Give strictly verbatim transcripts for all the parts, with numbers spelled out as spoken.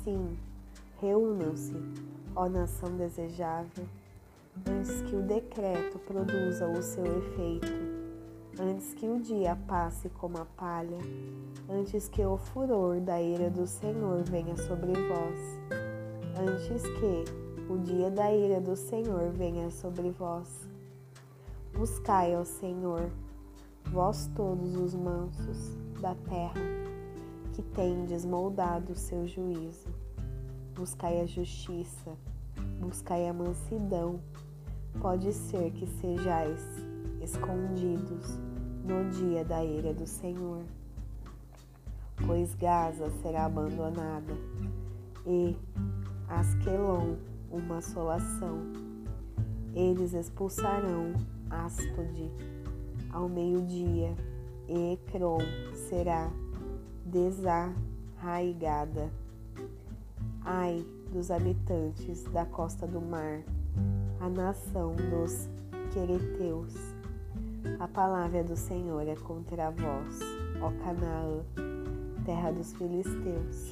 Sim, reúnam-se, ó nação desejável, antes que o decreto produza o seu efeito, antes que o dia passe como a palha, antes que o furor da ira do Senhor venha sobre vós, antes que o dia da ira do Senhor venha sobre vós. Buscai ao Senhor, vós todos os mansos da terra, que tendes moldado o seu juízo. Buscai a justiça, buscai a mansidão. Pode ser que sejais escondidos no dia da ira do Senhor. Pois Gaza será abandonada e Asquelon uma assolação. Eles expulsarão Astode ao meio-dia, e Ecrom será desarraigada. Ai dos habitantes da costa do mar, a nação dos quereteus. A palavra do Senhor é contra vós, ó Canaã, terra dos filisteus.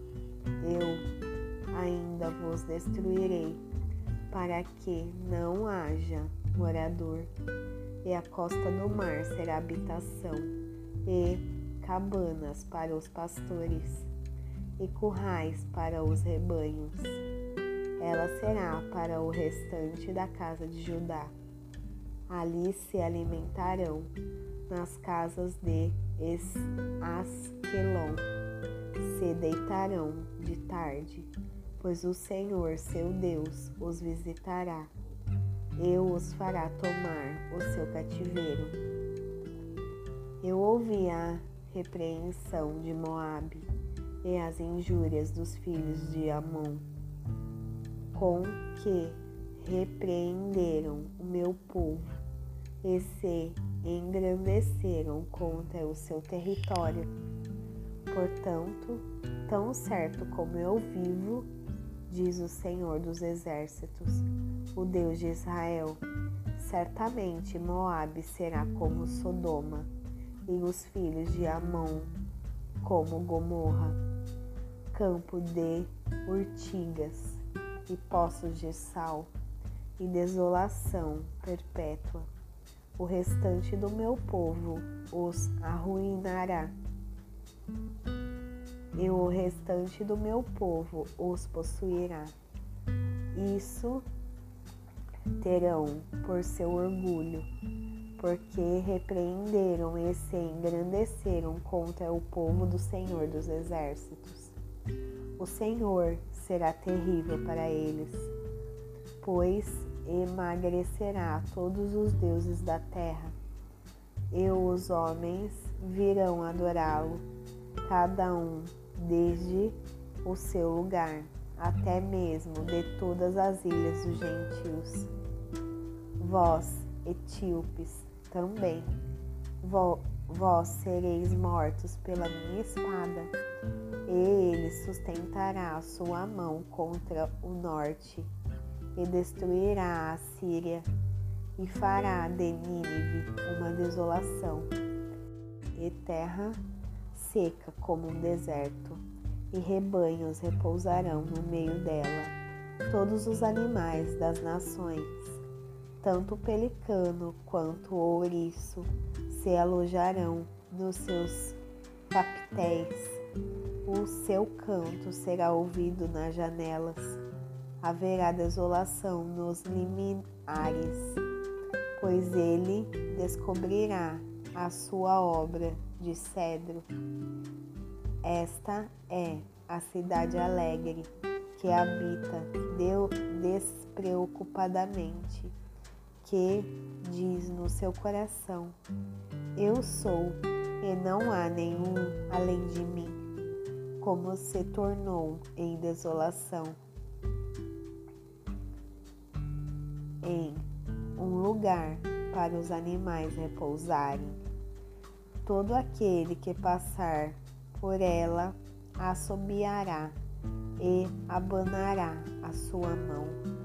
Eu ainda vos destruirei, para que não haja morador, e a costa do mar será habitação, e cabanas para os pastores, e currais para os rebanhos. Ela será para o restante da casa de Judá. Ali se alimentarão nas casas de Asquelon, se deitarão de tarde, pois o Senhor seu Deus os visitará e os fará tomar o seu cativeiro. Eu ouvi a repreensão de Moabe e as injúrias dos filhos de Amon, com que repreenderam o meu povo e se engrandeceram contra o seu território. Portanto, tão certo como eu vivo, diz o Senhor dos Exércitos, o Deus de Israel, certamente Moabe será como Sodoma, e os filhos de Amon como Gomorra, campo de urtigas e poços de sal, e desolação perpétua. O restante do meu povo os arruinará, e o restante do meu povo os possuirá. Isso terão por seu orgulho, porque repreenderam e se engrandeceram contra o povo do Senhor dos Exércitos. O Senhor será terrível para eles, pois emagrecerá todos os deuses da terra, e os homens virão adorá-lo, cada um desde o seu lugar, até mesmo de todas as ilhas dos gentios. Vós, etíopes, também, vo, vós sereis mortos pela minha espada, e ele sustentará a sua mão contra o norte, e destruirá a Síria, e fará de Nínive uma desolação, e terra seca como um deserto, e rebanhos repousarão no meio dela. Todos os animais das nações, tanto o pelicano quanto o ouriço, se alojarão nos seus capitéis. O seu canto será ouvido nas janelas. Haverá desolação nos limiares, pois ele descobrirá a sua obra de cedro. Esta é a cidade alegre que habita despreocupadamente, que diz no seu coração: eu sou e não há nenhum além de mim, como se tornou em desolação, em um lugar para os animais repousarem. Todo aquele que passar por ela assobiará e abanará a sua mão.